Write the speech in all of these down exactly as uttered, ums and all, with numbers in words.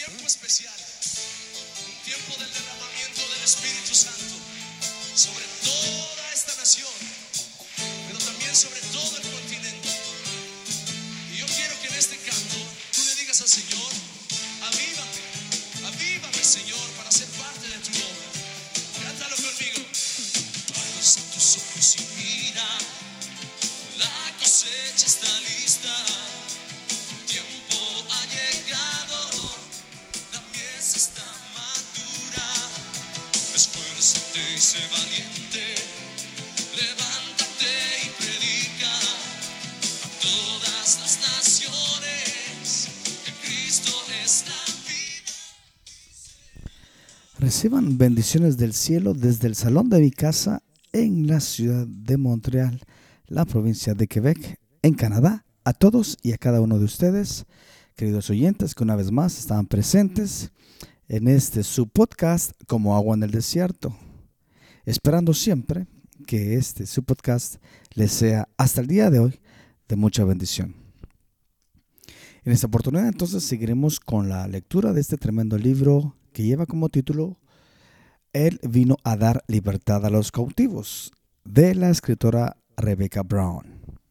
tiempo especial, un tiempo del derramamiento del Espíritu Santo sobre toda esta nación, pero también sobre todo el continente. Y yo quiero que en este canto tú le digas al Señor: avívame, avívame, Señor, para ser parte de tu obra. Cántalo conmigo. Alza tus ojos y mira, la cosecha está lista, el tiempo ha llegado, la mies está madura. Esfuérzate y sé valiente, levántate y predica a todas las naciones que Cristo es la vida. Reciban bendiciones del cielo desde el salón de mi casa en la ciudad de Montreal, la provincia de Quebec, en Canadá. A todos y a cada uno de ustedes, queridos oyentes, que una vez más estaban presentes en este su podcast Como Agua en el Desierto, esperando siempre que este su podcast les sea hasta el día de hoy de mucha bendición. En esta oportunidad entonces seguiremos con la lectura de este tremendo libro que lleva como título Él vino a dar libertad a los cautivos, de la escritora Rebecca Brown.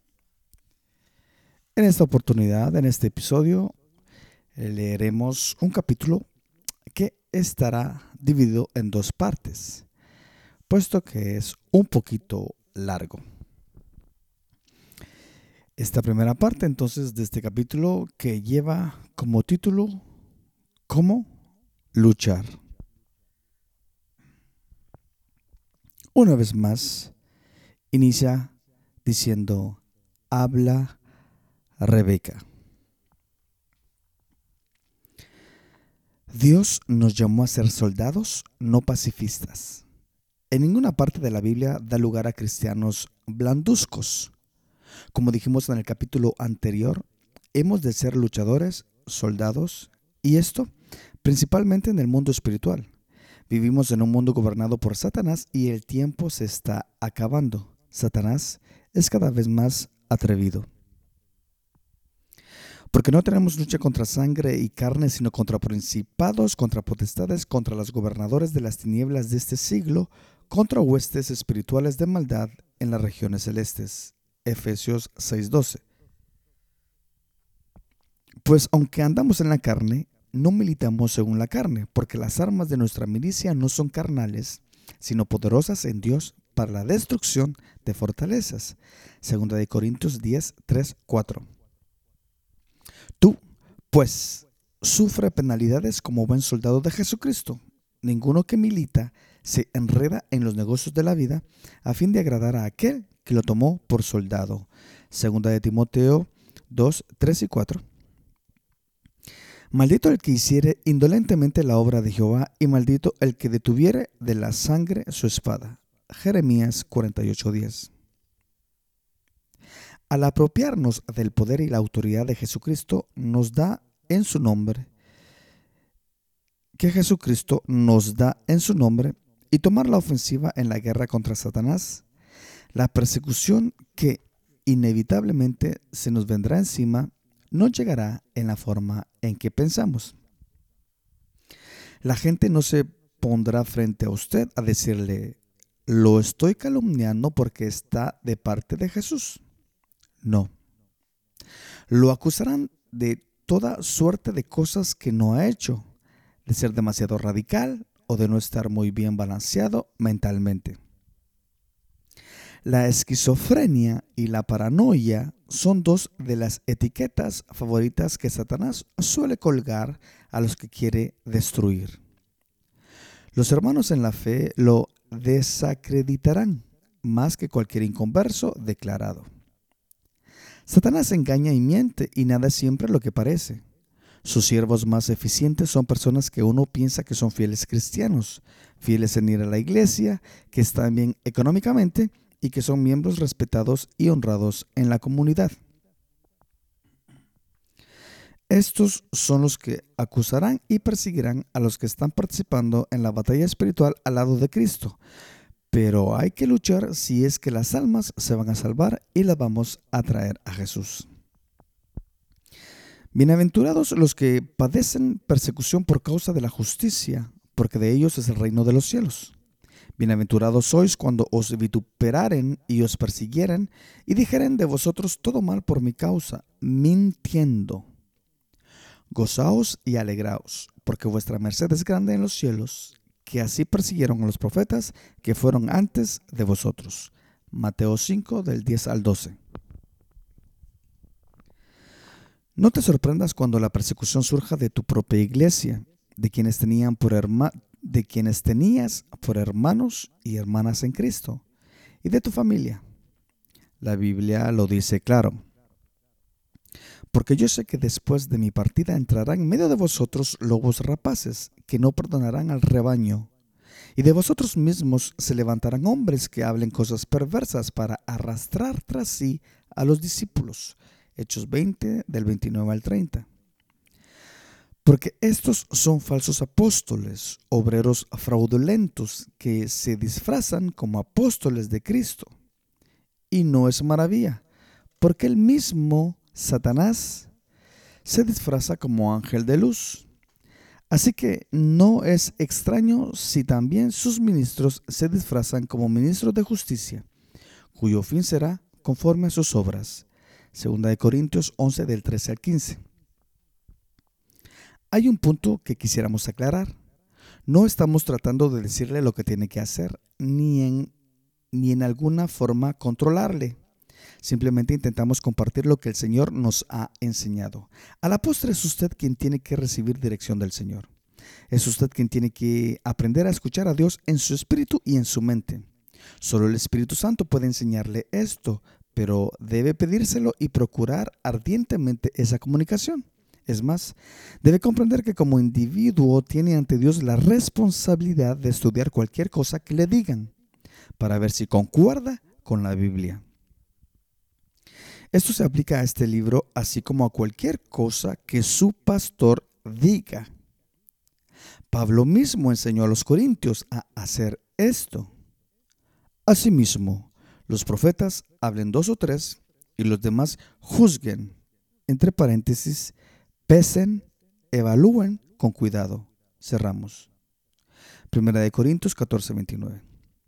En esta oportunidad, en este episodio, leeremos un capítulo que estará dividido en dos partes, puesto que es un poquito largo. Esta primera parte entonces de este capítulo, que lleva como título ¿Cómo luchar? Una vez más, inicia diciendo: habla Rebeca. Dios nos llamó a ser soldados, no pacifistas. En ninguna parte de la Biblia da lugar a cristianos blanduzcos. Como dijimos en el capítulo anterior, hemos de ser luchadores, soldados, y esto principalmente en el mundo espiritual. Vivimos en un mundo gobernado por Satanás y el tiempo se está acabando. Satanás es cada vez más atrevido. Porque no tenemos lucha contra sangre y carne, sino contra principados, contra potestades, contra los gobernadores de las tinieblas de este siglo, contra huestes espirituales de maldad en las regiones celestes. Efesios seis doce. Pues aunque andamos en la carne, no militamos según la carne, porque las armas de nuestra milicia no son carnales, sino poderosas en Dios para la destrucción de fortalezas. Segunda de Corintios diez, tres, cuatro. Tú, pues, sufre penalidades como buen soldado de Jesucristo. Ninguno que milita se enreda en los negocios de la vida a fin de agradar a aquel que lo tomó por soldado. Segunda de Timoteo dos, tres y cuatro. Maldito el que hiciere indolentemente la obra de Jehová, y maldito el que detuviere de la sangre su espada. Jeremías cuarenta y ocho, diez. Al apropiarnos del poder y la autoridad de Jesucristo, nos da en su nombre, que Jesucristo nos da en su nombre, y tomar la ofensiva en la guerra contra Satanás, la persecución que inevitablemente se nos vendrá encima no llegará en la forma en que pensamos. La gente no se pondrá frente a usted a decirle: lo estoy calumniando porque está de parte de Jesús. No. Lo acusarán de toda suerte de cosas que no ha hecho, de ser demasiado radical o de no estar muy bien balanceado mentalmente. La esquizofrenia y la paranoia son dos de las etiquetas favoritas que Satanás suele colgar a los que quiere destruir. Los hermanos en la fe lo desacreditarán más que cualquier inconverso declarado. Satanás engaña y miente, y nada es siempre lo que parece. Sus siervos más eficientes son personas que uno piensa que son fieles cristianos, fieles en ir a la iglesia, que están bien económicamente y que son miembros respetados y honrados en la comunidad. Estos son los que acusarán y perseguirán a los que están participando en la batalla espiritual al lado de Cristo. Pero hay que luchar si es que las almas se van a salvar y las vamos a traer a Jesús. Bienaventurados los que padecen persecución por causa de la justicia, porque de ellos es el reino de los cielos. Bienaventurados sois cuando os vituperaren y os persiguieren y dijeren de vosotros todo mal por mi causa, mintiendo. Gozaos y alegraos, porque vuestra merced es grande en los cielos, que así persiguieron a los profetas que fueron antes de vosotros. Mateo cinco, del diez al doce. No te sorprendas cuando la persecución surja de tu propia iglesia, de quienes tenían por herma, de quienes tenías por hermanos y hermanas en Cristo, y de tu familia. La Biblia lo dice claro. Porque yo sé que después de mi partida entrarán en medio de vosotros lobos rapaces, que no perdonarán al rebaño. Y de vosotros mismos se levantarán hombres que hablen cosas perversas para arrastrar tras sí a los discípulos. Hechos veinte, del veintinueve al treinta. Porque estos son falsos apóstoles, obreros fraudulentos, que se disfrazan como apóstoles de Cristo. Y no es maravilla, porque el mismo Satanás se disfraza como ángel de luz. Así que no es extraño si también sus ministros se disfrazan como ministros de justicia, cuyo fin será conforme a sus obras. Segunda de Corintios once, del trece al quince. Hay un punto que quisiéramos aclarar. No estamos tratando de decirle lo que tiene que hacer, ni en, ni en alguna forma controlarle. Simplemente intentamos compartir lo que el Señor nos ha enseñado. A la postre es usted quien tiene que recibir dirección del Señor. Es usted quien tiene que aprender a escuchar a Dios en su espíritu y en su mente. Solo el Espíritu Santo puede enseñarle esto, pero debe pedírselo y procurar ardientemente esa comunicación. Es más, debe comprender que como individuo tiene ante Dios la responsabilidad de estudiar cualquier cosa que le digan, para ver si concuerda con la Biblia. Esto se aplica a este libro, así como a cualquier cosa que su pastor diga. Pablo mismo enseñó a los corintios a hacer esto. Asimismo, los profetas hablen dos o tres y los demás juzguen, entre paréntesis, pesen, evalúen con cuidado. Cerramos. Primera de Corintios catorce, veintinueve.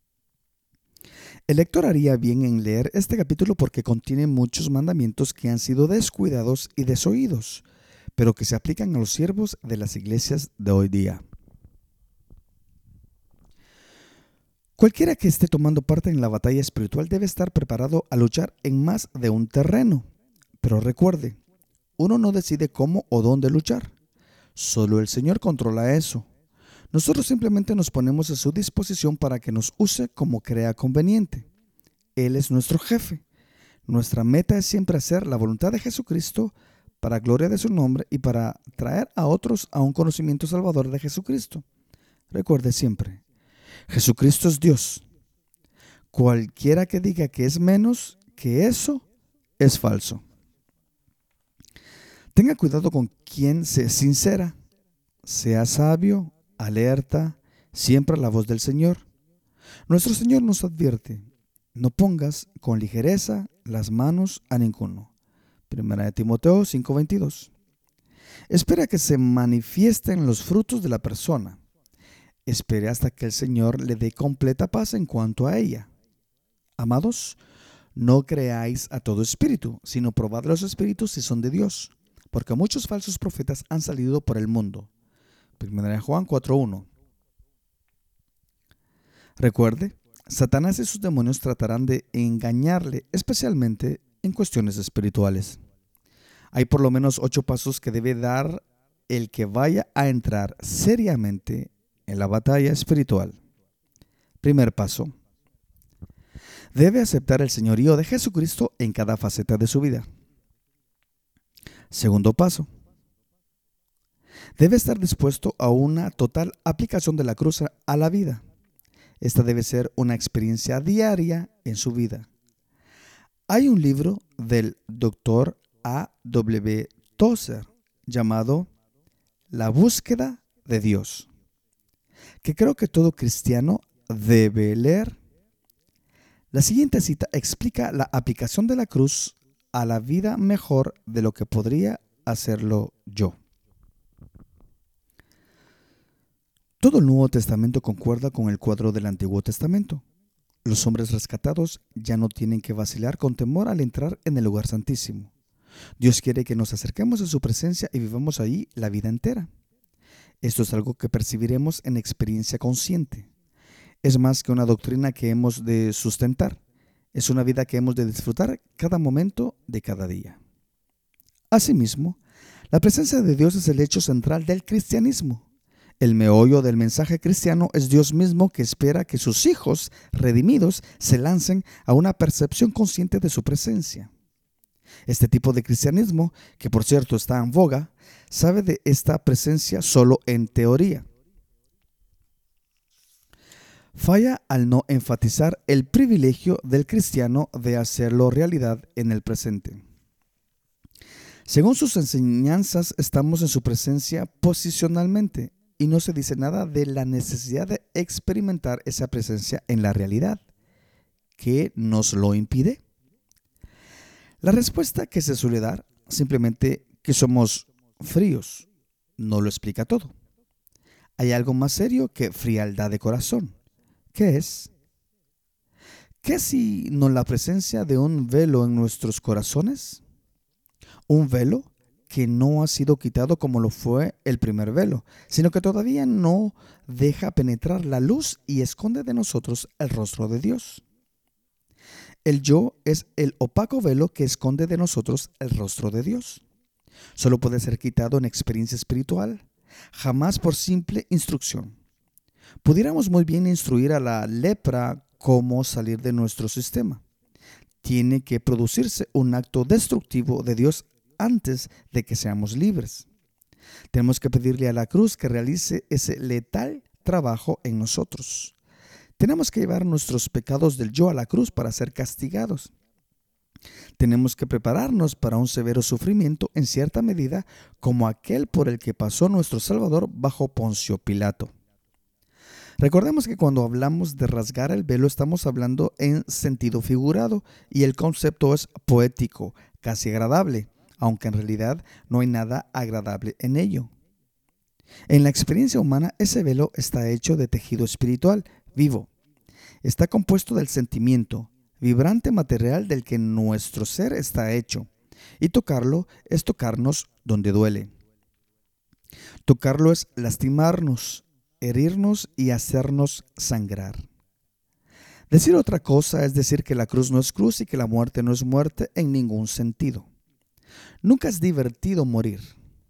El lector haría bien en leer este capítulo porque contiene muchos mandamientos que han sido descuidados y desoídos, pero que se aplican a los siervos de las iglesias de hoy día. Cualquiera que esté tomando parte en la batalla espiritual debe estar preparado a luchar en más de un terreno. Pero recuerde, uno no decide cómo o dónde luchar. Solo el Señor controla eso. Nosotros simplemente nos ponemos a su disposición para que nos use como crea conveniente. Él es nuestro jefe. Nuestra meta es siempre hacer la voluntad de Jesucristo para gloria de su nombre y para traer a otros a un conocimiento salvador de Jesucristo. Recuerde siempre, Jesucristo es Dios. Cualquiera que diga que es menos que eso es falso. Tenga cuidado con quien se sincera. Sea sabio, alerta, siempre a la voz del Señor. Nuestro Señor nos advierte, no pongas con ligereza las manos a ninguno. Primera de Timoteo cinco, veintidós. Espera que se manifiesten los frutos de la persona. Espere hasta que el Señor le dé completa paz en cuanto a ella. Amados, no creáis a todo espíritu, sino probad los espíritus si son de Dios, porque muchos falsos profetas han salido por el mundo. Primera de Juan cuatro, uno. Recuerde, Satanás y sus demonios tratarán de engañarle, especialmente en cuestiones espirituales. Hay por lo menos ocho pasos que debe dar el que vaya a entrar seriamente en la batalla espiritual. Primer paso. Debe aceptar el señorío de Jesucristo en cada faceta de su vida. Segundo paso. Debe estar dispuesto a una total aplicación de la cruz a la vida. Esta debe ser una experiencia diaria en su vida. Hay un libro del doctor A W Tozer llamado La búsqueda de Dios, que creo que todo cristiano debe leer. La siguiente cita explica la aplicación de la cruz a la vida mejor de lo que podría hacerlo yo. Todo el Nuevo Testamento concuerda con el cuadro del Antiguo Testamento. Los hombres rescatados ya no tienen que vacilar con temor al entrar en el lugar santísimo. Dios quiere que nos acerquemos a su presencia y vivamos ahí la vida entera. Esto es algo que percibiremos en experiencia consciente. Es más que una doctrina que hemos de sustentar. Es una vida que hemos de disfrutar cada momento de cada día. Asimismo, la presencia de Dios es el hecho central del cristianismo. El meollo del mensaje cristiano es Dios mismo, que espera que sus hijos redimidos se lancen a una percepción consciente de su presencia. Este tipo de cristianismo, que por cierto está en boga, sabe de esta presencia solo en teoría. Falla al no enfatizar el privilegio del cristiano de hacerlo realidad en el presente. Según sus enseñanzas, estamos en su presencia posicionalmente y no se dice nada de la necesidad de experimentar esa presencia en la realidad. ¿Qué nos lo impide? La respuesta que se suele dar, simplemente que somos fríos, no lo explica todo. Hay algo más serio que frialdad de corazón. ¿Qué es? ¿Qué si no la presencia de un velo en nuestros corazones? Un velo que no ha sido quitado como lo fue el primer velo, sino que todavía no deja penetrar la luz y esconde de nosotros el rostro de Dios. El yo es el opaco velo que esconde de nosotros el rostro de Dios. Solo puede ser quitado en experiencia espiritual, jamás por simple instrucción. Pudiéramos muy bien instruir a la lepra cómo salir de nuestro sistema. Tiene que producirse un acto destructivo de Dios antes de que seamos libres. Tenemos que pedirle a la cruz que realice ese letal trabajo en nosotros. Tenemos que llevar nuestros pecados del yo a la cruz para ser castigados. Tenemos que prepararnos para un severo sufrimiento en cierta medida como aquel por el que pasó nuestro Salvador bajo Poncio Pilato. Recordemos que cuando hablamos de rasgar el velo estamos hablando en sentido figurado y el concepto es poético, casi agradable, aunque en realidad no hay nada agradable en ello. En la experiencia humana, ese velo está hecho de tejido espiritual, vivo. Está compuesto del sentimiento, vibrante material del que nuestro ser está hecho, y tocarlo es tocarnos donde duele. Tocarlo es lastimarnos, herirnos y hacernos sangrar. Decir otra cosa es decir que la cruz no es cruz y que la muerte no es muerte en ningún sentido. Nunca es divertido morir.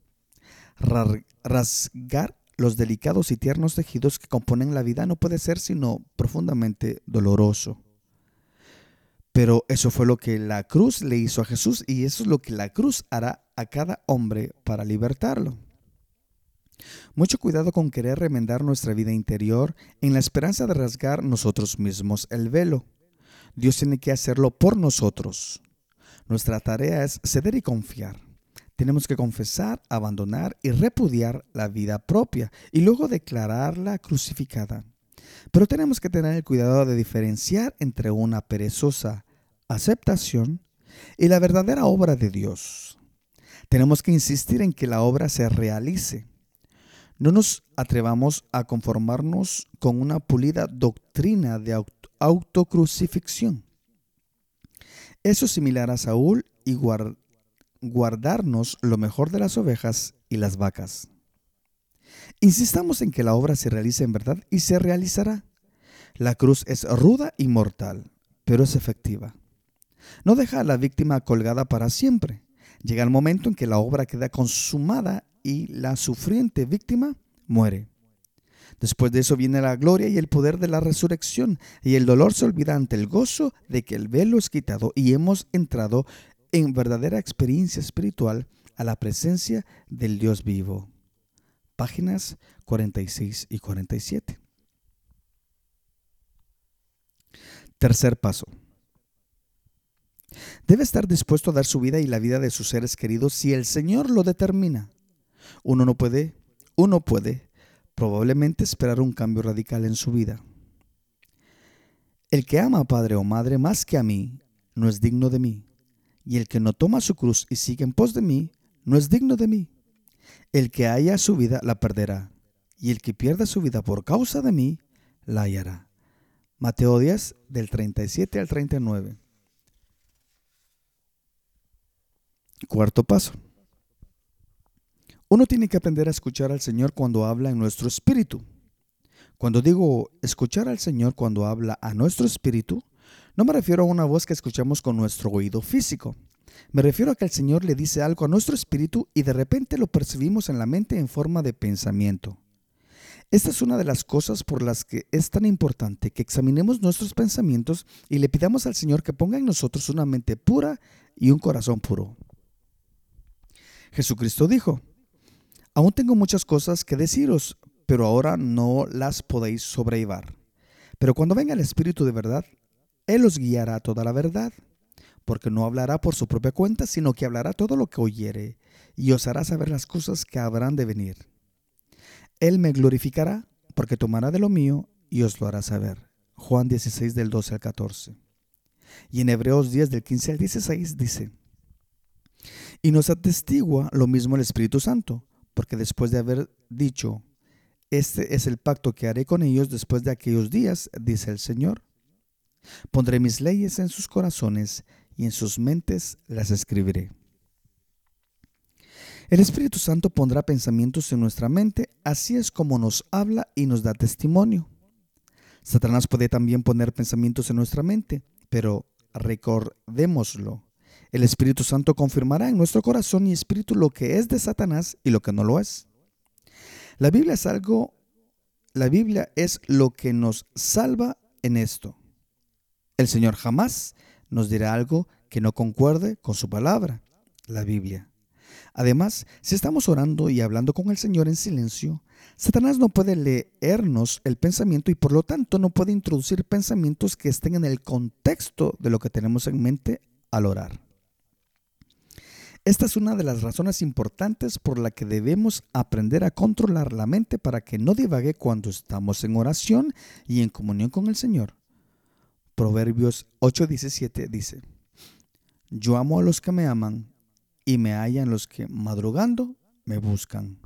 Rasgar los delicados y tiernos tejidos que componen la vida no puede ser sino profundamente doloroso. Pero eso fue lo que la cruz le hizo a Jesús y eso es lo que la cruz hará a cada hombre para libertarlo. Mucho cuidado con querer remendar nuestra vida interior en la esperanza de rasgar nosotros mismos el velo. Dios tiene que hacerlo por nosotros. Nuestra tarea es ceder y confiar. Tenemos que confesar, abandonar y repudiar la vida propia y luego declararla crucificada. Pero tenemos que tener el cuidado de diferenciar entre una perezosa aceptación y la verdadera obra de Dios. Tenemos que insistir en que la obra se realice. No nos atrevamos a conformarnos con una pulida doctrina de autocrucifixión. Eso es similar a Saúl y guard, guardarnos lo mejor de las ovejas y las vacas. Insistamos en que la obra se realice en verdad y se realizará. La cruz es ruda y mortal, pero es efectiva. No deja a la víctima colgada para siempre. Llega el momento en que la obra queda consumada y la sufriente víctima muere. Después de eso viene la gloria y el poder de la resurrección, y el dolor se olvida ante el gozo de que el velo es quitado y hemos entrado en verdadera experiencia espiritual a la presencia del Dios vivo. Páginas cuarenta y seis y cuarenta y siete. Tercer paso. Debe estar dispuesto a dar su vida y la vida de sus seres queridos si el Señor lo determina. Uno no puede, uno puede probablemente esperar un cambio radical en su vida. El que ama a padre o madre más que a mí no es digno de mí, y el que no toma su cruz y sigue en pos de mí no es digno de mí. El que haya su vida la perderá, y el que pierda su vida por causa de mí la hallará. Mateo diez, del treinta y siete al treinta y nueve. Cuarto paso. Uno tiene que aprender a escuchar al Señor cuando habla en nuestro espíritu. Cuando digo escuchar al Señor cuando habla a nuestro espíritu, no me refiero a una voz que escuchamos con nuestro oído físico. Me refiero a que el Señor le dice algo a nuestro espíritu y de repente lo percibimos en la mente en forma de pensamiento. Esta es una de las cosas por las que es tan importante que examinemos nuestros pensamientos y le pidamos al Señor que ponga en nosotros una mente pura y un corazón puro. Jesucristo dijo: aún tengo muchas cosas que deciros, pero ahora no las podéis sobrellevar. Pero cuando venga el Espíritu de verdad, Él os guiará a toda la verdad, porque no hablará por su propia cuenta, sino que hablará todo lo que oyere, y os hará saber las cosas que habrán de venir. Él me glorificará, porque tomará de lo mío y os lo hará saber. Juan dieciséis, del doce al catorce. Y en Hebreos diez, del quince al dieciséis dice: y nos atestigua lo mismo el Espíritu Santo, porque después de haber dicho: este es el pacto que haré con ellos después de aquellos días, dice el Señor, pondré mis leyes en sus corazones y en sus mentes las escribiré. El Espíritu Santo pondrá pensamientos en nuestra mente, así es como nos habla y nos da testimonio. Satanás puede también poner pensamientos en nuestra mente, pero recordémoslo: el Espíritu Santo confirmará en nuestro corazón y espíritu lo que es de Satanás y lo que no lo es. La Biblia es algo, la Biblia es lo que nos salva en esto. El Señor jamás nos dirá algo que no concuerde con su palabra, la Biblia. Además, si estamos orando y hablando con el Señor en silencio, Satanás no puede leernos el pensamiento y por lo tanto no puede introducir pensamientos que estén en el contexto de lo que tenemos en mente al orar. Esta es una de las razones importantes por la que debemos aprender a controlar la mente para que no divague cuando estamos en oración y en comunión con el Señor. Proverbios ocho diecisiete dice: yo amo a los que me aman y me hallan los que madrugando me buscan.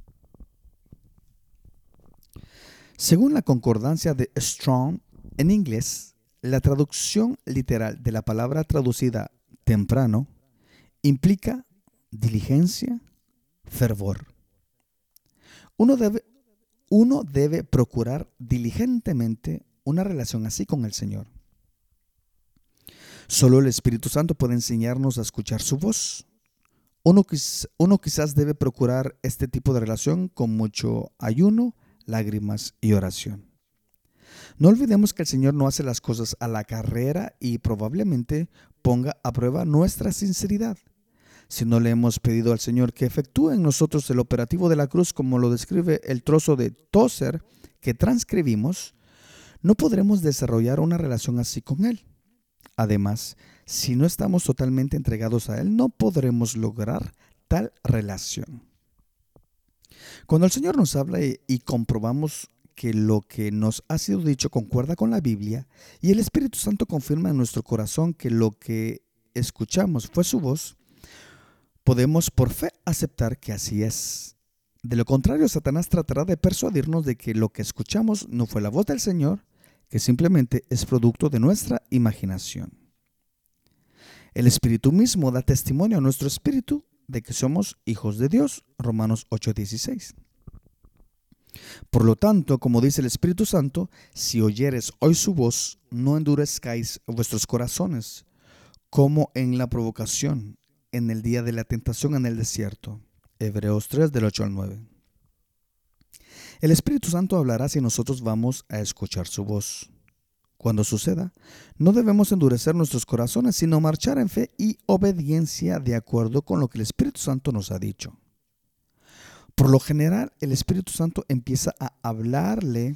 Según la concordancia de Strong en inglés, la traducción literal de la palabra traducida temprano implica diligencia, fervor. Uno debe, uno debe procurar diligentemente una relación así con el Señor. Solo el Espíritu Santo puede enseñarnos a escuchar su voz. Uno, uno quizás debe procurar este tipo de relación con mucho ayuno, lágrimas y oración. No olvidemos que el Señor no hace las cosas a la carrera y probablemente ponga a prueba nuestra sinceridad. Si no le hemos pedido al Señor que efectúe en nosotros el operativo de la cruz, como lo describe el trozo de Tozer que transcribimos, no podremos desarrollar una relación así con Él. Además, si no estamos totalmente entregados a Él, no podremos lograr tal relación. Cuando el Señor nos habla y, y comprobamos que lo que nos ha sido dicho concuerda con la Biblia y el Espíritu Santo confirma en nuestro corazón que lo que escuchamos fue su voz, podemos por fe aceptar que así es. De lo contrario, Satanás tratará de persuadirnos de que lo que escuchamos no fue la voz del Señor, que simplemente es producto de nuestra imaginación. El Espíritu mismo da testimonio a nuestro espíritu de que somos hijos de Dios, Romanos ocho dieciséis. Por lo tanto, como dice el Espíritu Santo, si oyeres hoy su voz, no endurezcáis vuestros corazones, como en la provocación, en el día de la tentación en el desierto. Hebreos tres, del ocho al nueve. El Espíritu Santo hablará si nosotros vamos a escuchar su voz. Cuando suceda, no debemos endurecer nuestros corazones, sino marchar en fe y obediencia de acuerdo con lo que el Espíritu Santo nos ha dicho. Por lo general, el Espíritu Santo empieza a hablarle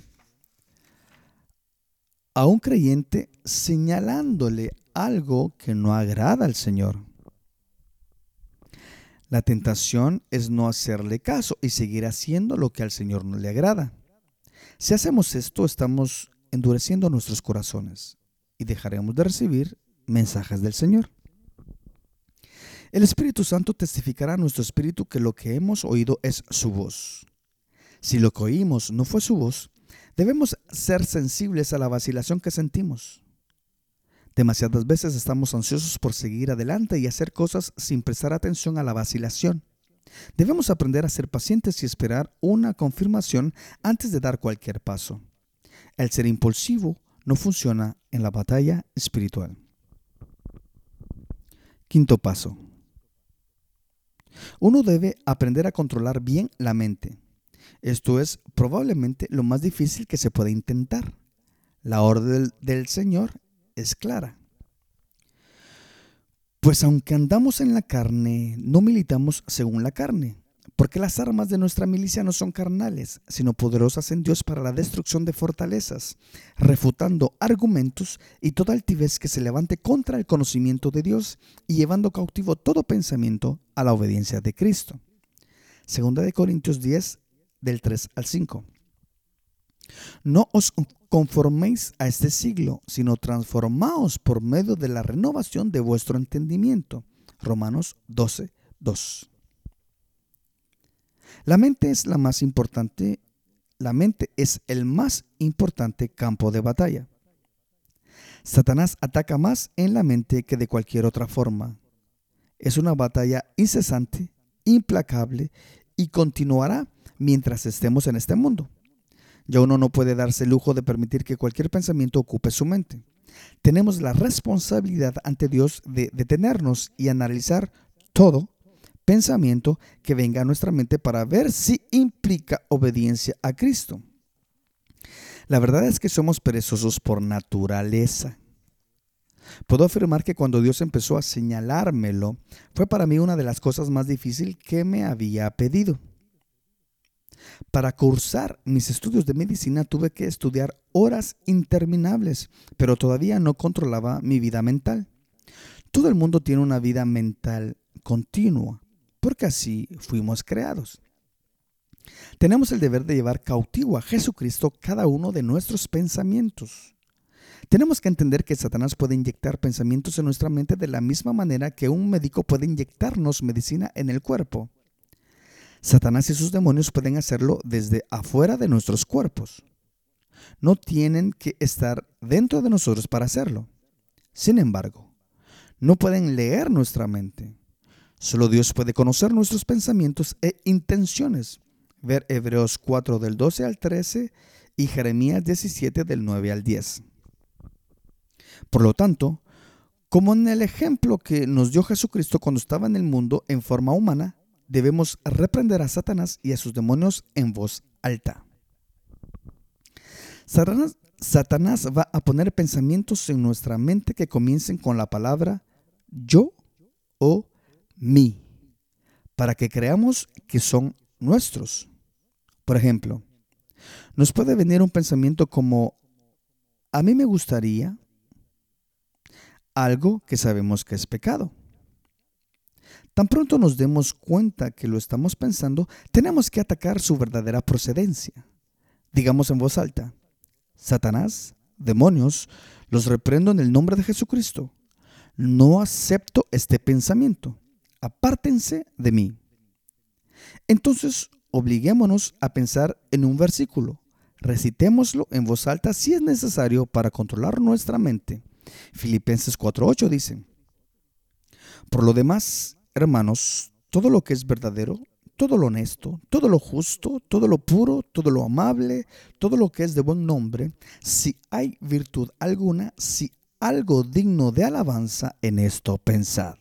a un creyente señalándole algo que no agrada al Señor. La tentación es no hacerle caso y seguir haciendo lo que al Señor no le agrada. Si hacemos esto, estamos endureciendo nuestros corazones y dejaremos de recibir mensajes del Señor. El Espíritu Santo testificará a nuestro espíritu que lo que hemos oído es su voz. Si lo que oímos no fue su voz, debemos ser sensibles a la vacilación que sentimos. Demasiadas veces estamos ansiosos por seguir adelante y hacer cosas sin prestar atención a la vacilación. Debemos aprender a ser pacientes y esperar una confirmación antes de dar cualquier paso. El ser impulsivo no funciona en la batalla espiritual. Quinto paso. Uno debe aprender a controlar bien la mente. Esto es probablemente lo más difícil que se puede intentar. La orden del Señor es clara. Pues aunque andamos en la carne, no militamos según la carne, porque las armas de nuestra milicia no son carnales, sino poderosas en Dios para la destrucción de fortalezas, refutando argumentos y toda altivez que se levante contra el conocimiento de Dios y llevando cautivo todo pensamiento a la obediencia de Cristo. Segunda de Corintios diez, del tres al cinco. No os conforméis a este siglo, sino transformaos por medio de la renovación de vuestro entendimiento. Romanos doce, dos. La mente es la más importante, la mente es el más importante campo de batalla. Satanás ataca más en la mente que de cualquier otra forma. Es una batalla incesante, implacable y continuará mientras estemos en este mundo. Ya uno no puede darse el lujo de permitir que cualquier pensamiento ocupe su mente. Tenemos la responsabilidad ante Dios de detenernos y analizar todo pensamiento que venga a nuestra mente para ver si implica obediencia a Cristo. La verdad es que somos perezosos por naturaleza. Puedo afirmar que cuando Dios empezó a señalármelo, fue para mí una de las cosas más difíciles que me había pedido. Para cursar mis estudios de medicina tuve que estudiar horas interminables, pero todavía no controlaba mi vida mental. Todo el mundo tiene una vida mental continua, porque así fuimos creados. Tenemos el deber de llevar cautivo a Jesucristo cada uno de nuestros pensamientos. Tenemos que entender que Satanás puede inyectar pensamientos en nuestra mente de la misma manera que un médico puede inyectarnos medicina en el cuerpo. Satanás y sus demonios pueden hacerlo desde afuera de nuestros cuerpos. No tienen que estar dentro de nosotros para hacerlo. Sin embargo, no pueden leer nuestra mente. Solo Dios puede conocer nuestros pensamientos e intenciones. Ver Hebreos cuatro del doce al trece y Jeremías diecisiete del nueve al diez. Por lo tanto, como en el ejemplo que nos dio Jesucristo cuando estaba en el mundo en forma humana, debemos reprender a Satanás y a sus demonios en voz alta. Satanás, Satanás va a poner pensamientos en nuestra mente que comiencen con la palabra yo o mí, para que creamos que son nuestros. Por ejemplo, nos puede venir un pensamiento como a mí me gustaría algo que sabemos que es pecado. Tan pronto nos demos cuenta que lo estamos pensando, tenemos que atacar su verdadera procedencia. Digamos en voz alta: Satanás, demonios, los reprendo en el nombre de Jesucristo. No acepto este pensamiento. Apártense de mí. Entonces, obliguémonos a pensar en un versículo. Recitémoslo en voz alta si es necesario para controlar nuestra mente. Filipenses cuatro ocho dice: por lo demás, hermanos, todo lo que es verdadero, todo lo honesto, todo lo justo, todo lo puro, todo lo amable, todo lo que es de buen nombre, si hay virtud alguna, si algo digno de alabanza, en esto pensad.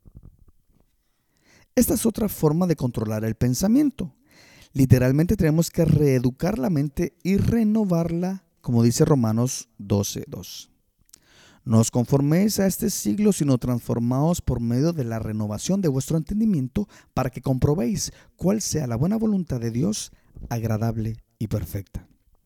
Esta es otra forma de controlar el pensamiento. Literalmente tenemos que reeducar la mente y renovarla, como dice Romanos doce dos. No os conforméis a este siglo, sino transformaos por medio de la renovación de vuestro entendimiento, para que comprobéis cuál sea la buena voluntad de Dios, agradable y perfecta.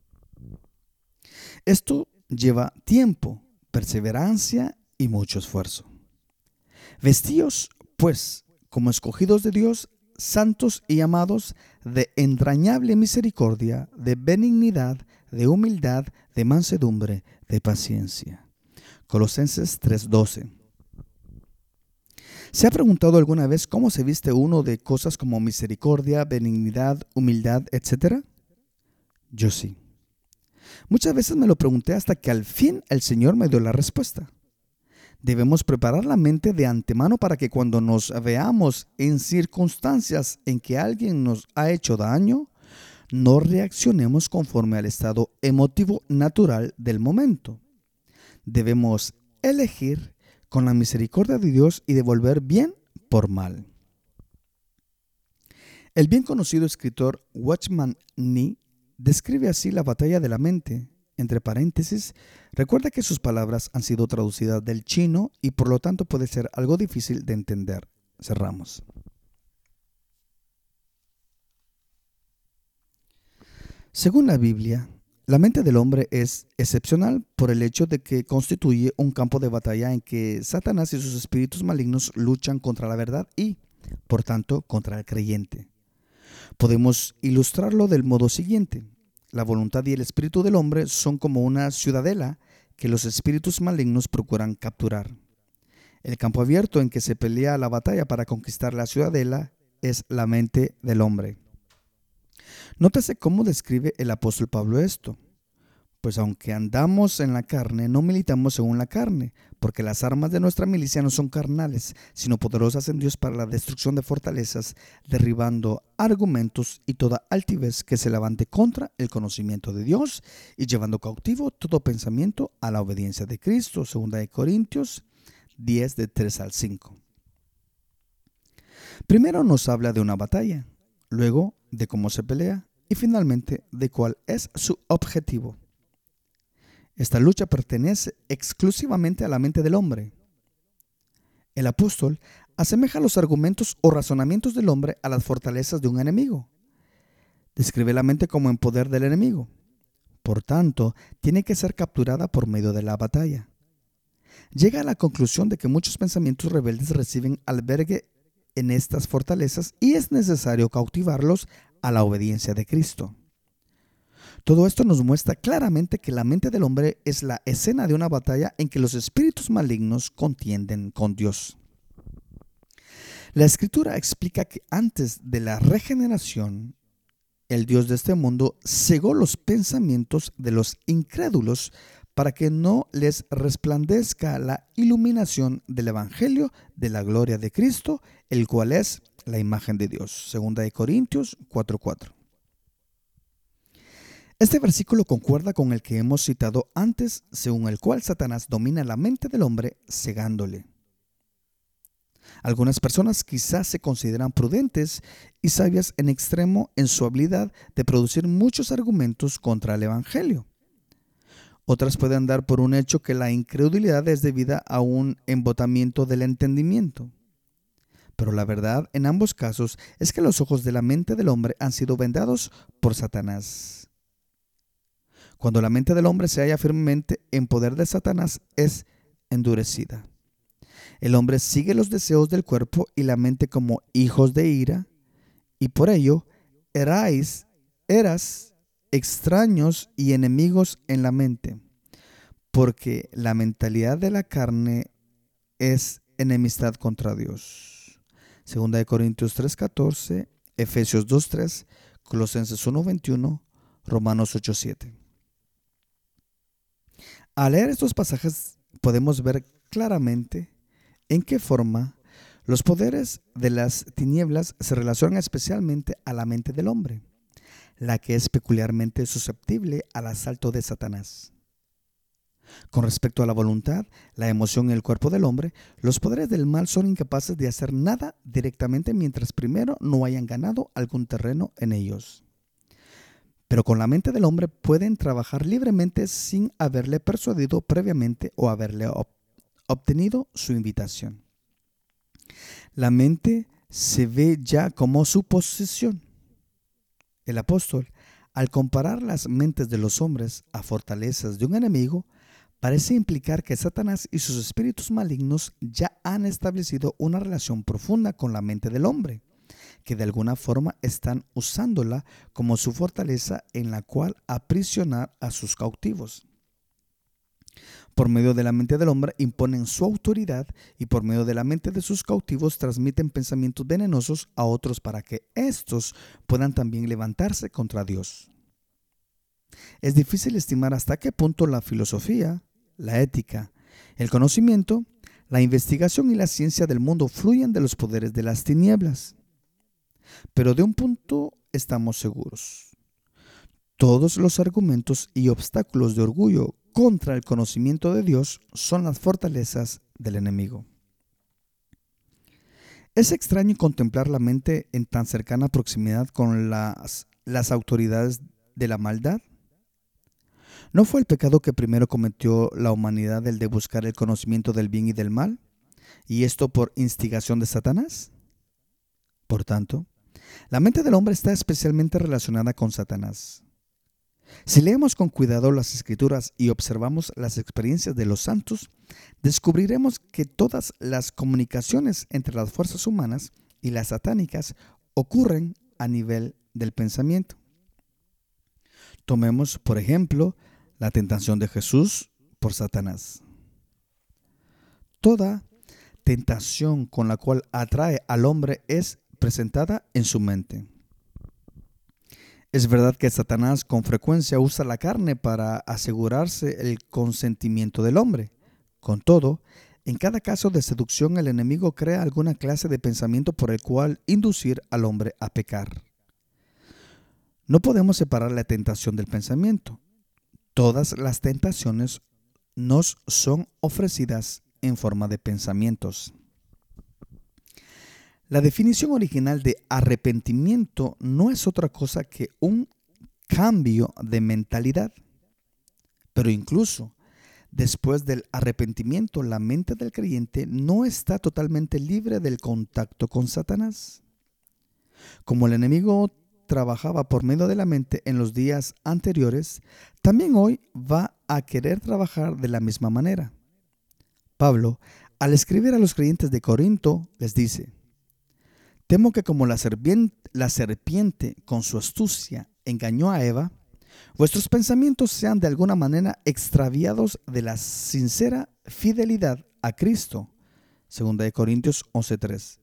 Esto lleva tiempo, perseverancia y mucho esfuerzo. Vestíos, pues, como escogidos de Dios, santos y amados, de entrañable misericordia, de benignidad, de humildad, de mansedumbre, de paciencia. Colosenses tres doce. ¿Se ha preguntado alguna vez cómo se viste uno de cosas como misericordia, benignidad, humildad, etcétera? Yo sí. Muchas veces me lo pregunté hasta que al fin el Señor me dio la respuesta. Debemos preparar la mente de antemano para que cuando nos veamos en circunstancias en que alguien nos ha hecho daño, no reaccionemos conforme al estado emotivo natural del momento. Debemos elegir con la misericordia de Dios y devolver bien por mal. El bien conocido escritor Watchman Nee describe así la batalla de la mente. Entre paréntesis, recuerda que sus palabras han sido traducidas del chino y por lo tanto puede ser algo difícil de entender. Cerramos. Según la Biblia, la mente del hombre es excepcional por el hecho de que constituye un campo de batalla en que Satanás y sus espíritus malignos luchan contra la verdad y, por tanto, contra el creyente. Podemos ilustrarlo del modo siguiente. La voluntad y el espíritu del hombre son como una ciudadela que los espíritus malignos procuran capturar. El campo abierto en que se pelea la batalla para conquistar la ciudadela es la mente del hombre. Nótese cómo describe el apóstol Pablo esto. Pues aunque andamos en la carne, no militamos según la carne, porque las armas de nuestra milicia no son carnales, sino poderosas en Dios para la destrucción de fortalezas, derribando argumentos y toda altivez que se levante contra el conocimiento de Dios y llevando cautivo todo pensamiento a la obediencia de Cristo. Segunda de Corintios diez, de tres al cinco. Primero nos habla de una batalla, luego de cómo se pelea y finalmente de cuál es su objetivo. Esta lucha pertenece exclusivamente a la mente del hombre. El apóstol asemeja los argumentos o razonamientos del hombre a las fortalezas de un enemigo. Describe la mente como en poder del enemigo. Por tanto, tiene que ser capturada por medio de la batalla. Llega a la conclusión de que muchos pensamientos rebeldes reciben albergue en estas fortalezas y es necesario cautivarlos a la obediencia de Cristo. Todo esto nos muestra claramente que la mente del hombre es la escena de una batalla en que los espíritus malignos contienden con Dios. La Escritura explica que antes de la regeneración, el Dios de este mundo cegó los pensamientos de los incrédulos para que no les resplandezca la iluminación del Evangelio de la gloria de Cristo, el cual es la imagen de Dios. Segunda de Corintios cuatro cuatro. Este versículo concuerda con el que hemos citado antes, según el cual Satanás domina la mente del hombre cegándole. Algunas personas quizás se consideran prudentes y sabias en extremo en su habilidad de producir muchos argumentos contra el Evangelio. Otras pueden dar por un hecho que la incredulidad es debida a un embotamiento del entendimiento. Pero la verdad en ambos casos es que los ojos de la mente del hombre han sido vendados por Satanás. Cuando la mente del hombre se halla firmemente en poder de Satanás, es endurecida. El hombre sigue los deseos del cuerpo y la mente como hijos de ira, y por ello erais, eras extraños y enemigos en la mente, porque la mentalidad de la carne es enemistad contra Dios. Segunda de Corintios tres catorce, Efesios dos tres, Colosenses uno veintiuno, Romanos ocho siete. Al leer estos pasajes podemos ver claramente en qué forma los poderes de las tinieblas se relacionan especialmente a la mente del hombre, la que es peculiarmente susceptible al asalto de Satanás. Con respecto a la voluntad, la emoción y el cuerpo del hombre, los poderes del mal son incapaces de hacer nada directamente mientras primero no hayan ganado algún terreno en ellos. Pero con la mente del hombre pueden trabajar libremente sin haberle persuadido previamente o haberle ob- obtenido su invitación. La mente se ve ya como su posesión. El apóstol, al comparar las mentes de los hombres a fortalezas de un enemigo, parece implicar que Satanás y sus espíritus malignos ya han establecido una relación profunda con la mente del hombre, que de alguna forma están usándola como su fortaleza en la cual aprisionar a sus cautivos. Por medio de la mente del hombre imponen su autoridad y por medio de la mente de sus cautivos transmiten pensamientos venenosos a otros para que éstos puedan también levantarse contra Dios. Es difícil estimar hasta qué punto la filosofía, la ética, el conocimiento, la investigación y la ciencia del mundo fluyen de los poderes de las tinieblas. Pero de un punto estamos seguros. Todos los argumentos y obstáculos de orgullo contra el conocimiento de Dios son las fortalezas del enemigo. Es extraño contemplar la mente en tan cercana proximidad con las, las autoridades de la maldad. ¿No fue el pecado que primero cometió la humanidad el de buscar el conocimiento del bien y del mal? ¿Y esto por instigación de Satanás? Por tanto, la mente del hombre está especialmente relacionada con Satanás. Si leemos con cuidado las Escrituras y observamos las experiencias de los santos, descubriremos que todas las comunicaciones entre las fuerzas humanas y las satánicas ocurren a nivel del pensamiento. Tomemos, por ejemplo, la tentación de Jesús por Satanás. Toda tentación con la cual atrae al hombre es presentada en su mente. Es verdad que Satanás con frecuencia usa la carne para asegurarse el consentimiento del hombre. Con todo, en cada caso de seducción el enemigo crea alguna clase de pensamiento por el cual inducir al hombre a pecar. No podemos separar la tentación del pensamiento. Todas las tentaciones nos son ofrecidas en forma de pensamientos. La definición original de arrepentimiento no es otra cosa que un cambio de mentalidad. Pero incluso después del arrepentimiento, la mente del creyente no está totalmente libre del contacto con Satanás. Como el enemigo trabajaba por medio de la mente en los días anteriores, también hoy va a querer trabajar de la misma manera. Pablo, al escribir a los creyentes de Corinto, les dice: temo que como la serpiente, la serpiente con su astucia engañó a Eva, vuestros pensamientos sean de alguna manera extraviados de la sincera fidelidad a Cristo. Segunda de Corintios once tres.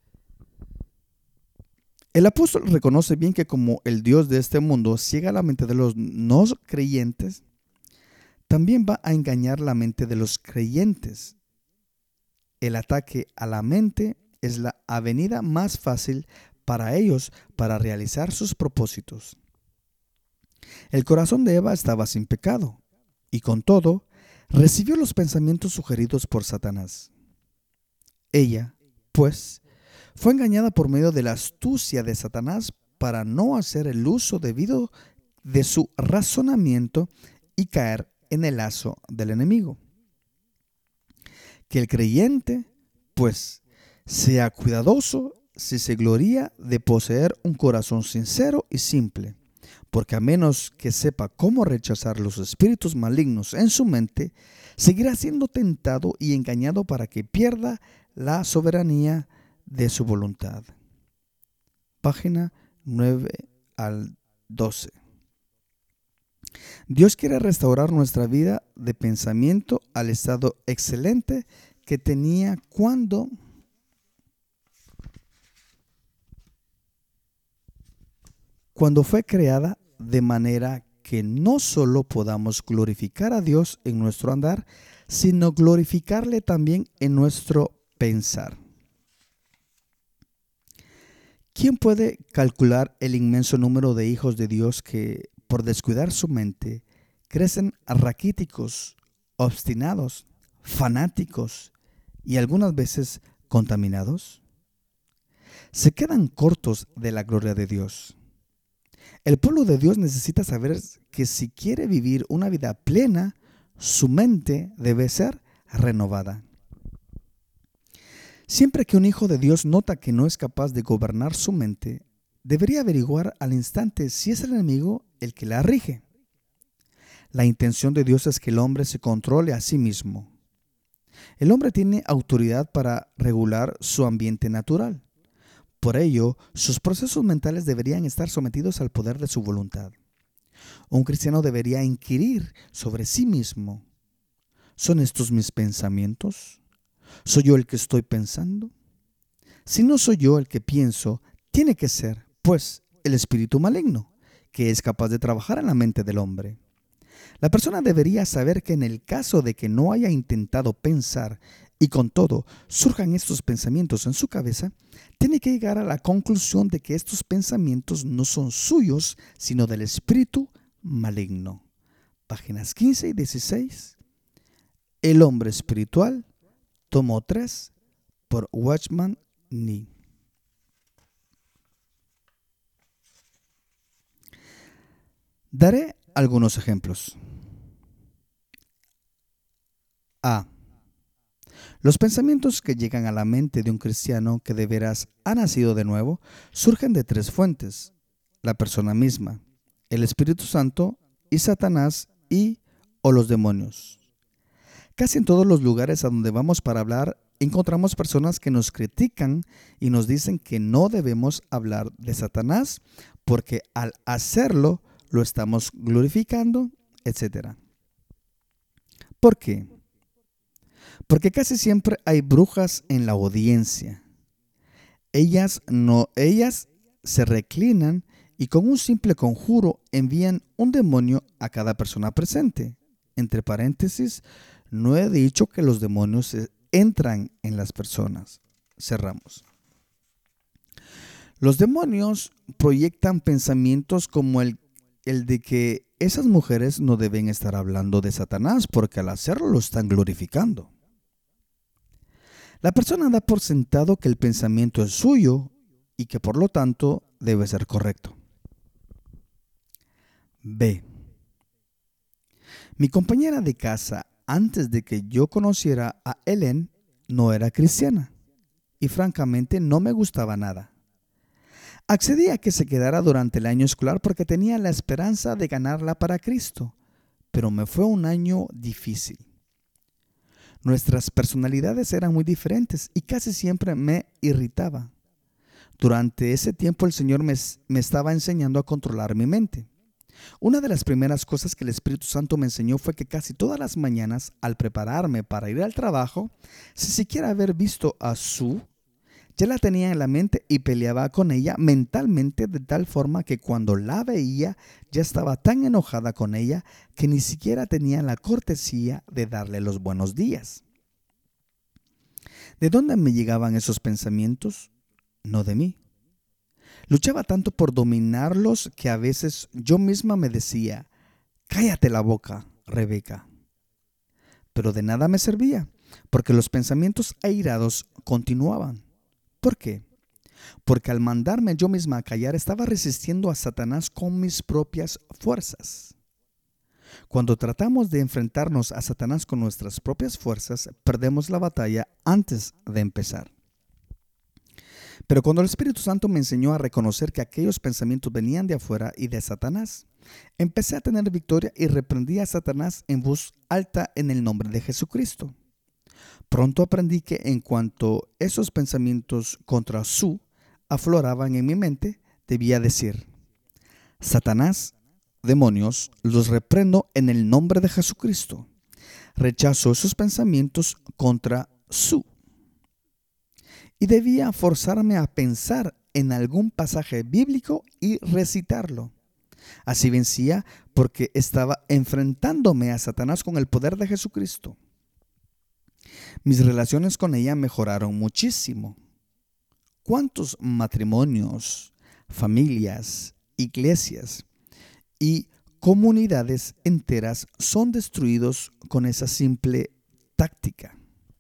El apóstol reconoce bien que como el Dios de este mundo ciega la mente de los no creyentes, también va a engañar la mente de los creyentes. El ataque a la mente es la avenida más fácil para ellos para realizar sus propósitos. El corazón de Eva estaba sin pecado y con todo recibió los pensamientos sugeridos por Satanás. Ella, pues, fue engañada por medio de la astucia de Satanás para no hacer el uso debido de su razonamiento y caer en el lazo del enemigo. Que el creyente, pues, sea cuidadoso si se gloría de poseer un corazón sincero y simple, porque a menos que sepa cómo rechazar los espíritus malignos en su mente, seguirá siendo tentado y engañado para que pierda la soberanía de su voluntad. Página nueve al doce. Dios quiere restaurar nuestra vida de pensamiento al estado excelente que tenía cuando cuando fue creada, de manera que no solo podamos glorificar a Dios en nuestro andar, sino glorificarle también en nuestro pensar. ¿Quién puede calcular el inmenso número de hijos de Dios que, por descuidar su mente, crecen raquíticos, obstinados, fanáticos y algunas veces contaminados? Se quedan cortos de la gloria de Dios. El pueblo de Dios necesita saber que si quiere vivir una vida plena, su mente debe ser renovada. Siempre que un hijo de Dios nota que no es capaz de gobernar su mente, debería averiguar al instante si es el enemigo el que la rige. La intención de Dios es que el hombre se controle a sí mismo. El hombre tiene autoridad para regular su ambiente natural. Por ello, sus procesos mentales deberían estar sometidos al poder de su voluntad. Un cristiano debería inquirir sobre sí mismo. ¿Son estos mis pensamientos? ¿Soy yo el que estoy pensando? Si no soy yo el que pienso, tiene que ser, pues, el espíritu maligno, que es capaz de trabajar en la mente del hombre. La persona debería saber que en el caso de que no haya intentado pensar y con todo surjan estos pensamientos en su cabeza, tiene que llegar a la conclusión de que estos pensamientos no son suyos, sino del espíritu maligno. Páginas quince y dieciséis. El hombre espiritual, tomo tres, por Watchman Nee. Daré algunos ejemplos. A. Los pensamientos que llegan a la mente de un cristiano que de veras ha nacido de nuevo surgen de tres fuentes: la persona misma, el Espíritu Santo y Satanás y o los demonios. Casi en todos los lugares a donde vamos para hablar encontramos personas que nos critican y nos dicen que no debemos hablar de Satanás porque al hacerlo lo estamos glorificando, etcétera. ¿Por qué? Porque casi siempre hay brujas en la audiencia. Ellas, no, ellas se reclinan y con un simple conjuro envían un demonio a cada persona presente. Entre paréntesis, no he dicho que los demonios entran en las personas. Cerramos. Los demonios proyectan pensamientos como el, el de que esas mujeres no deben estar hablando de Satanás porque al hacerlo lo están glorificando. La persona da por sentado que el pensamiento es suyo y que por lo tanto debe ser correcto. B. Mi compañera de casa, antes de que yo conociera a Helen, no era cristiana y francamente no me gustaba nada. Accedí a que se quedara durante el año escolar porque tenía la esperanza de ganarla para Cristo, pero me fue un año difícil. Nuestras personalidades eran muy diferentes y casi siempre me irritaba. Durante ese tiempo el Señor me, me estaba enseñando a controlar mi mente. Una de las primeras cosas que el Espíritu Santo me enseñó fue que casi todas las mañanas, al prepararme para ir al trabajo, sin siquiera haber visto a Sue, ya la tenía en la mente y peleaba con ella mentalmente de tal forma que cuando la veía ya estaba tan enojada con ella que ni siquiera tenía la cortesía de darle los buenos días. ¿De dónde me llegaban esos pensamientos? No de mí. Luchaba tanto por dominarlos que a veces yo misma me decía: cállate la boca, Rebeca. Pero de nada me servía, porque los pensamientos airados continuaban. ¿Por qué? Porque al mandarme yo misma a callar estaba resistiendo a Satanás con mis propias fuerzas. Cuando tratamos de enfrentarnos a Satanás con nuestras propias fuerzas, perdemos la batalla antes de empezar. Pero cuando el Espíritu Santo me enseñó a reconocer que aquellos pensamientos venían de afuera y de Satanás, empecé a tener victoria y reprendí a Satanás en voz alta en el nombre de Jesucristo. Pronto aprendí que en cuanto esos pensamientos contra Sue afloraban en mi mente, debía decir: Satanás, demonios, los reprendo en el nombre de Jesucristo. Rechazo esos pensamientos contra Sue. Y debía forzarme a pensar en algún pasaje bíblico y recitarlo. Así vencía porque estaba enfrentándome a Satanás con el poder de Jesucristo. Mis relaciones con ella mejoraron muchísimo. ¿Cuántos matrimonios, familias, iglesias y comunidades enteras son destruidos con esa simple táctica?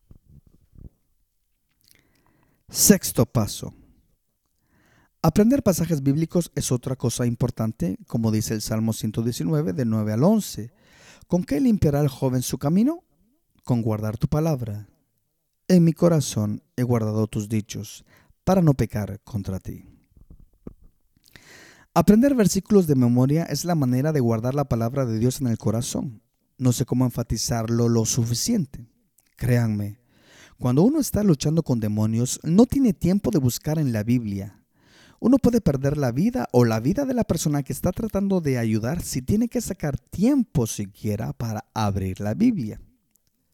Sexto paso. Aprender pasajes bíblicos es otra cosa importante, como dice el Salmo ciento diecinueve, de nueve al once. ¿Con qué limpiará el joven su camino? Con guardar tu palabra. En mi corazón he guardado tus dichos, para no pecar contra ti. Aprender versículos de memoria es la manera de guardar la palabra de Dios en el corazón. No sé cómo enfatizarlo lo suficiente. Créanme, cuando uno está luchando con demonios, no tiene tiempo de buscar en la Biblia. Uno puede perder la vida o la vida de la persona que está tratando de ayudar si tiene que sacar tiempo siquiera para abrir la Biblia.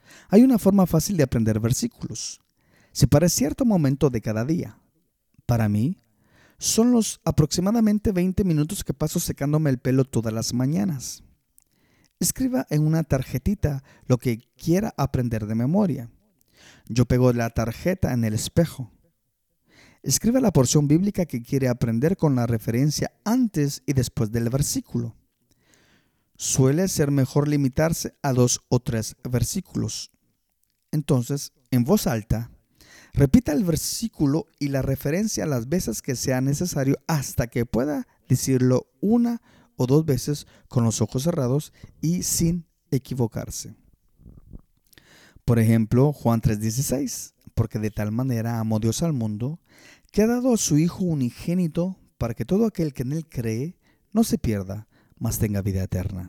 Hay una forma fácil de aprender versículos. Separe cierto momento de cada día. Para mí, son los aproximadamente veinte minutos que paso secándome el pelo todas las mañanas. Escriba en una tarjetita lo que quiera aprender de memoria. Yo pego la tarjeta en el espejo. Escriba la porción bíblica que quiere aprender con la referencia antes y después del versículo. Suele ser mejor limitarse a dos o tres versículos. Entonces, en voz alta, repita el versículo y la referencia las veces que sea necesario hasta que pueda decirlo una o dos veces con los ojos cerrados y sin equivocarse. Por ejemplo, Juan tres dieciséis, porque de tal manera amó Dios al mundo, que ha dado a su Hijo unigénito para que todo aquel que en él cree no se pierda, mas tenga vida eterna.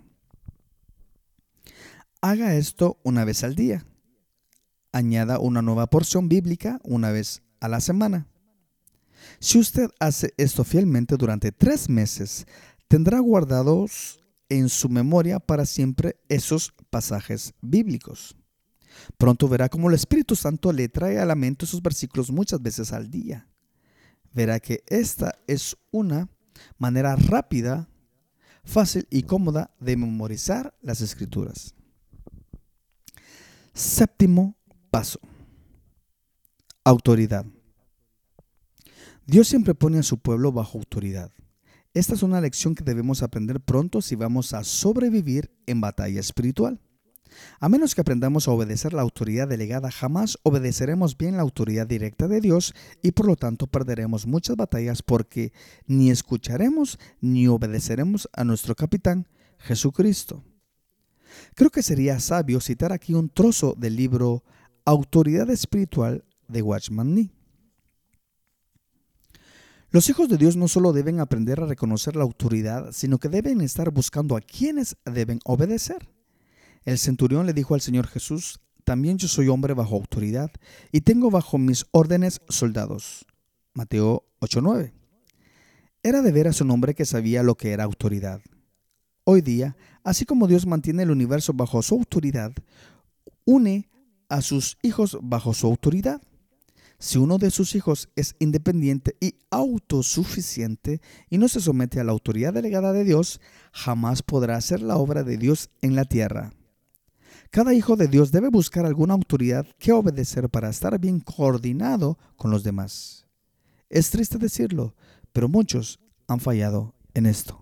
Haga esto una vez al día. Añada una nueva porción bíblica una vez a la semana. Si usted hace esto fielmente durante tres meses, tendrá guardados en su memoria para siempre esos pasajes bíblicos. Pronto verá cómo el Espíritu Santo le trae a la mente esos versículos muchas veces al día. Verá que esta es una manera rápida, fácil y cómoda de memorizar las Escrituras. Séptimo paso. Autoridad. Dios siempre pone a su pueblo bajo autoridad. Esta es una lección que debemos aprender pronto si vamos a sobrevivir en batalla espiritual. A menos que aprendamos a obedecer la autoridad delegada, jamás obedeceremos bien la autoridad directa de Dios y por lo tanto perderemos muchas batallas porque ni escucharemos ni obedeceremos a nuestro capitán, Jesucristo. Creo que sería sabio citar aquí un trozo del libro Autoridad Espiritual de Watchman Nee. Los hijos de Dios no solo deben aprender a reconocer la autoridad, sino que deben estar buscando a quienes deben obedecer. El centurión le dijo al Señor Jesús: también yo soy hombre bajo autoridad y tengo bajo mis órdenes soldados. Mateo ocho nueve. Era de veras un hombre que sabía lo que era autoridad. Hoy día, así como Dios mantiene el universo bajo su autoridad, une a sus hijos bajo su autoridad. Si uno de sus hijos es independiente y autosuficiente y no se somete a la autoridad delegada de Dios, jamás podrá hacer la obra de Dios en la tierra. Cada hijo de Dios debe buscar alguna autoridad que obedecer para estar bien coordinado con los demás. Es triste decirlo, pero muchos han fallado en esto.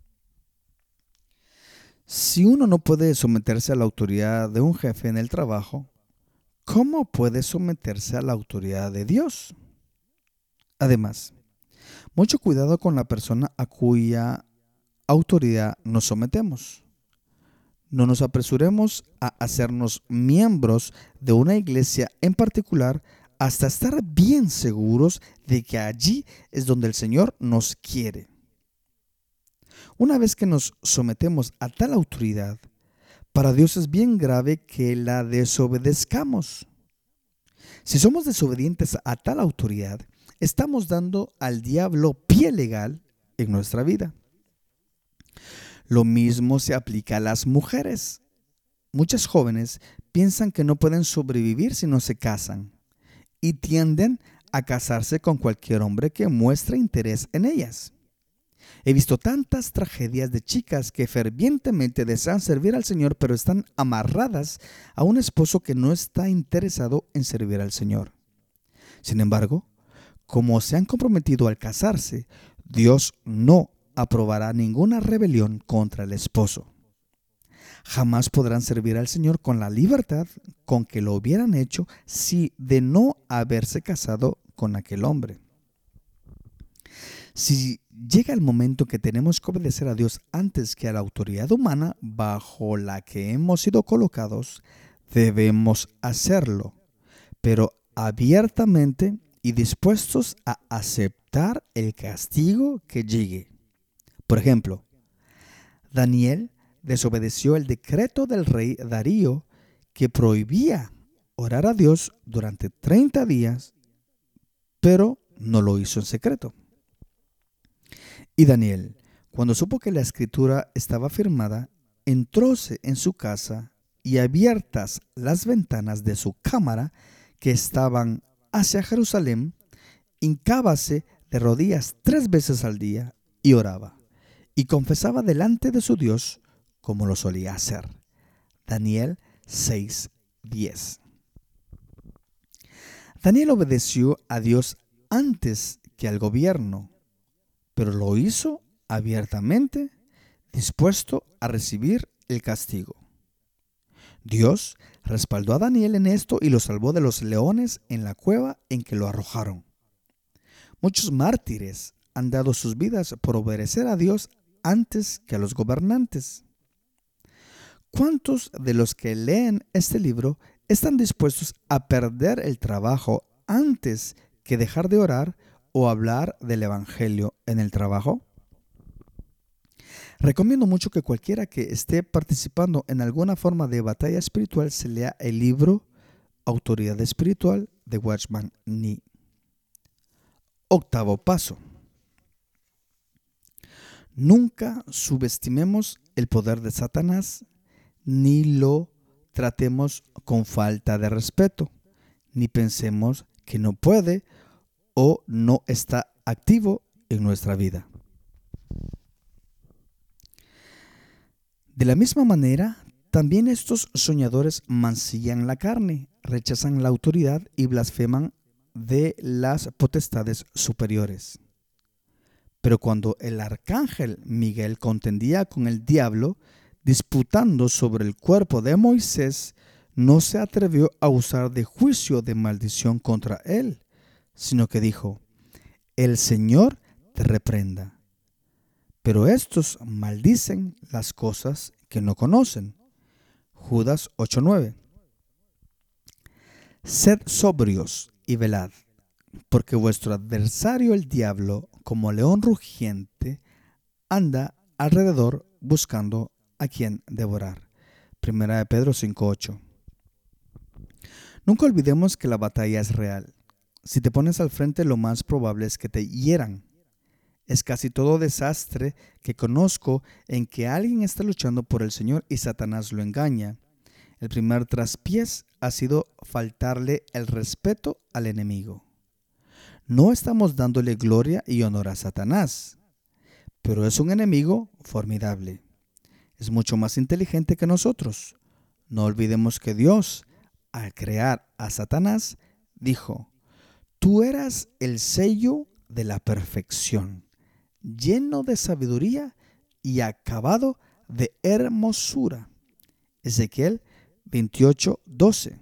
Si uno no puede someterse a la autoridad de un jefe en el trabajo, ¿cómo puede someterse a la autoridad de Dios? Además, mucho cuidado con la persona a cuya autoridad nos sometemos. No nos apresuremos a hacernos miembros de una iglesia en particular hasta estar bien seguros de que allí es donde el Señor nos quiere. Una vez que nos sometemos a tal autoridad, para Dios es bien grave que la desobedezcamos. Si somos desobedientes a tal autoridad, estamos dando al diablo pie legal en nuestra vida. Lo mismo se aplica a las mujeres. Muchas jóvenes piensan que no pueden sobrevivir si no se casan y tienden a casarse con cualquier hombre que muestre interés en ellas. He visto tantas tragedias de chicas que fervientemente desean servir al Señor, pero están amarradas a un esposo que no está interesado en servir al Señor. Sin embargo, como se han comprometido al casarse, Dios no aprobará ninguna rebelión contra el esposo. Jamás podrán servir al Señor con la libertad con que lo hubieran hecho si de no haberse casado con aquel hombre. Si llega el momento que tenemos que obedecer a Dios antes que a la autoridad humana bajo la que hemos sido colocados, debemos hacerlo, pero abiertamente y dispuestos a aceptar el castigo que llegue. Por ejemplo, Daniel desobedeció el decreto del rey Darío que prohibía orar a Dios durante treinta días, pero no lo hizo en secreto. Y Daniel, cuando supo que la escritura estaba firmada, entróse en su casa y abiertas las ventanas de su cámara que estaban hacia Jerusalén, hincábase de rodillas tres veces al día y oraba, y confesaba delante de su Dios como lo solía hacer. Daniel seis diez. Daniel obedeció a Dios antes que al gobierno, pero lo hizo abiertamente, dispuesto a recibir el castigo. Dios respaldó a Daniel en esto y lo salvó de los leones en la cueva en que lo arrojaron. Muchos mártires han dado sus vidas por obedecer a Dios antes que a los gobernantes. ¿Cuántos de los que leen este libro están dispuestos a perder el trabajo antes que dejar de orar o hablar del evangelio en el trabajo? Recomiendo mucho que cualquiera que esté participando en alguna forma de batalla espiritual se lea el libro Autoridad Espiritual de Watchman Nee. Octavo paso. Nunca subestimemos el poder de Satanás, ni lo tratemos con falta de respeto, ni pensemos que no puede o no está activo en nuestra vida. De la misma manera, también estos soñadores mancillan la carne, rechazan la autoridad y blasfeman de las potestades superiores. Pero cuando el arcángel Miguel contendía con el diablo, disputando sobre el cuerpo de Moisés, no se atrevió a usar de juicio de maldición contra él, sino que dijo: el Señor te reprenda. Pero estos maldicen las cosas que no conocen. Judas ocho nueve. Sed sobrios y velad, porque vuestro adversario el diablo, como león rugiente, anda alrededor buscando a quien devorar. Primera de Pedro cinco ocho. Nunca olvidemos que la batalla es real. Si te pones al frente, lo más probable es que te hieran. Es casi todo desastre que conozco en que alguien está luchando por el Señor y Satanás lo engaña. El primer traspiés ha sido faltarle el respeto al enemigo. No estamos dándole gloria y honor a Satanás, pero es un enemigo formidable. Es mucho más inteligente que nosotros. No olvidemos que Dios, al crear a Satanás, dijo: tú eras el sello de la perfección, lleno de sabiduría y acabado de hermosura. Ezequiel veintiocho doce.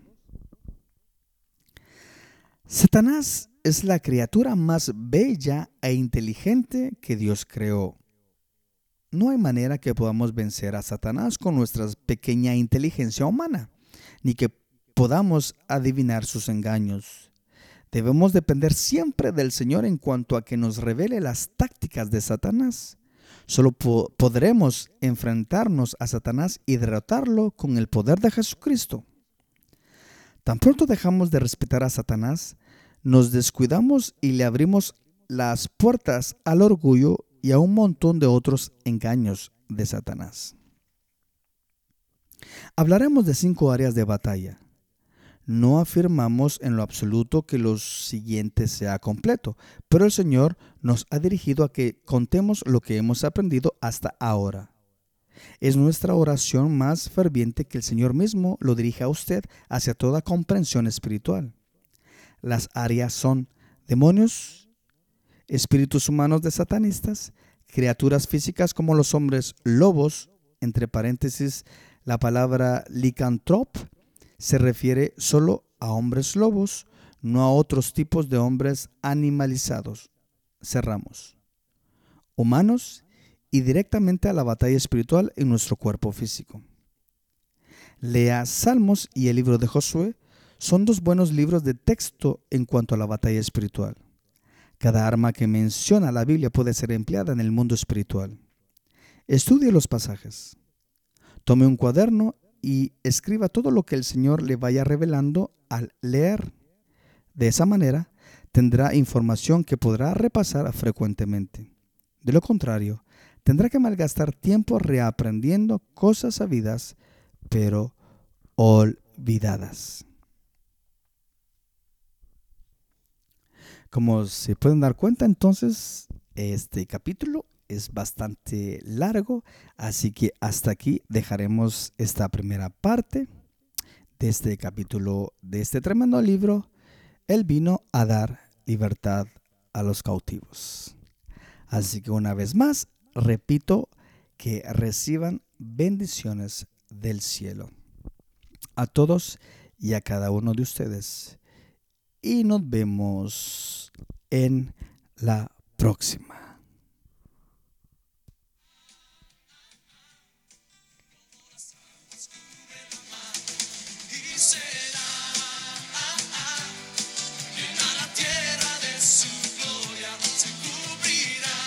Satanás es la criatura más bella e inteligente que Dios creó. No hay manera que podamos vencer a Satanás con nuestra pequeña inteligencia humana, ni que podamos adivinar sus engaños. Debemos depender siempre del Señor en cuanto a que nos revele las tácticas de Satanás. Solo po- podremos enfrentarnos a Satanás y derrotarlo con el poder de Jesucristo. Tan pronto dejamos de respetar a Satanás, nos descuidamos y le abrimos las puertas al orgullo y a un montón de otros engaños de Satanás. Hablaremos de cinco áreas de batalla. No afirmamos en lo absoluto que lo siguiente sea completo, pero el Señor nos ha dirigido a que contemos lo que hemos aprendido hasta ahora. Es nuestra oración más ferviente que el Señor mismo lo dirija a usted hacia toda comprensión espiritual. Las áreas son demonios, espíritus humanos de satanistas, criaturas físicas como los hombres lobos, entre paréntesis, la palabra licántropo se refiere solo a hombres lobos, no a otros tipos de hombres animalizados. Cerramos. Humanos y directamente a la batalla espiritual en nuestro cuerpo físico. Lea Salmos y el libro de Josué. Son dos buenos libros de texto en cuanto a la batalla espiritual. Cada arma que menciona la Biblia puede ser empleada en el mundo espiritual. Estudie los pasajes. Tome un cuaderno y escriba todo lo que el Señor le vaya revelando al leer. De esa manera, tendrá información que podrá repasar frecuentemente. De lo contrario, tendrá que malgastar tiempo reaprendiendo cosas sabidas, pero olvidadas. Como se pueden dar cuenta, entonces este capítulo es bastante largo, así que hasta aquí dejaremos esta primera parte de este capítulo de este tremendo libro. Él vino a dar libertad a los cautivos. Así que una vez más, repito, que reciban bendiciones del cielo a todos y a cada uno de ustedes. Y nos vemos en la próxima. Y será llena la tierra de su gloria, se cubrirá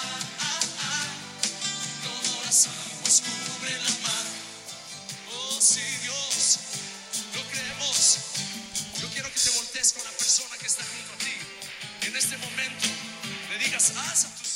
como las aguas cubren la mar. Oh, sí, Dios, lo creemos. Yo quiero que te voltees con la persona que está junto a ti. En este momento le digas, alza tus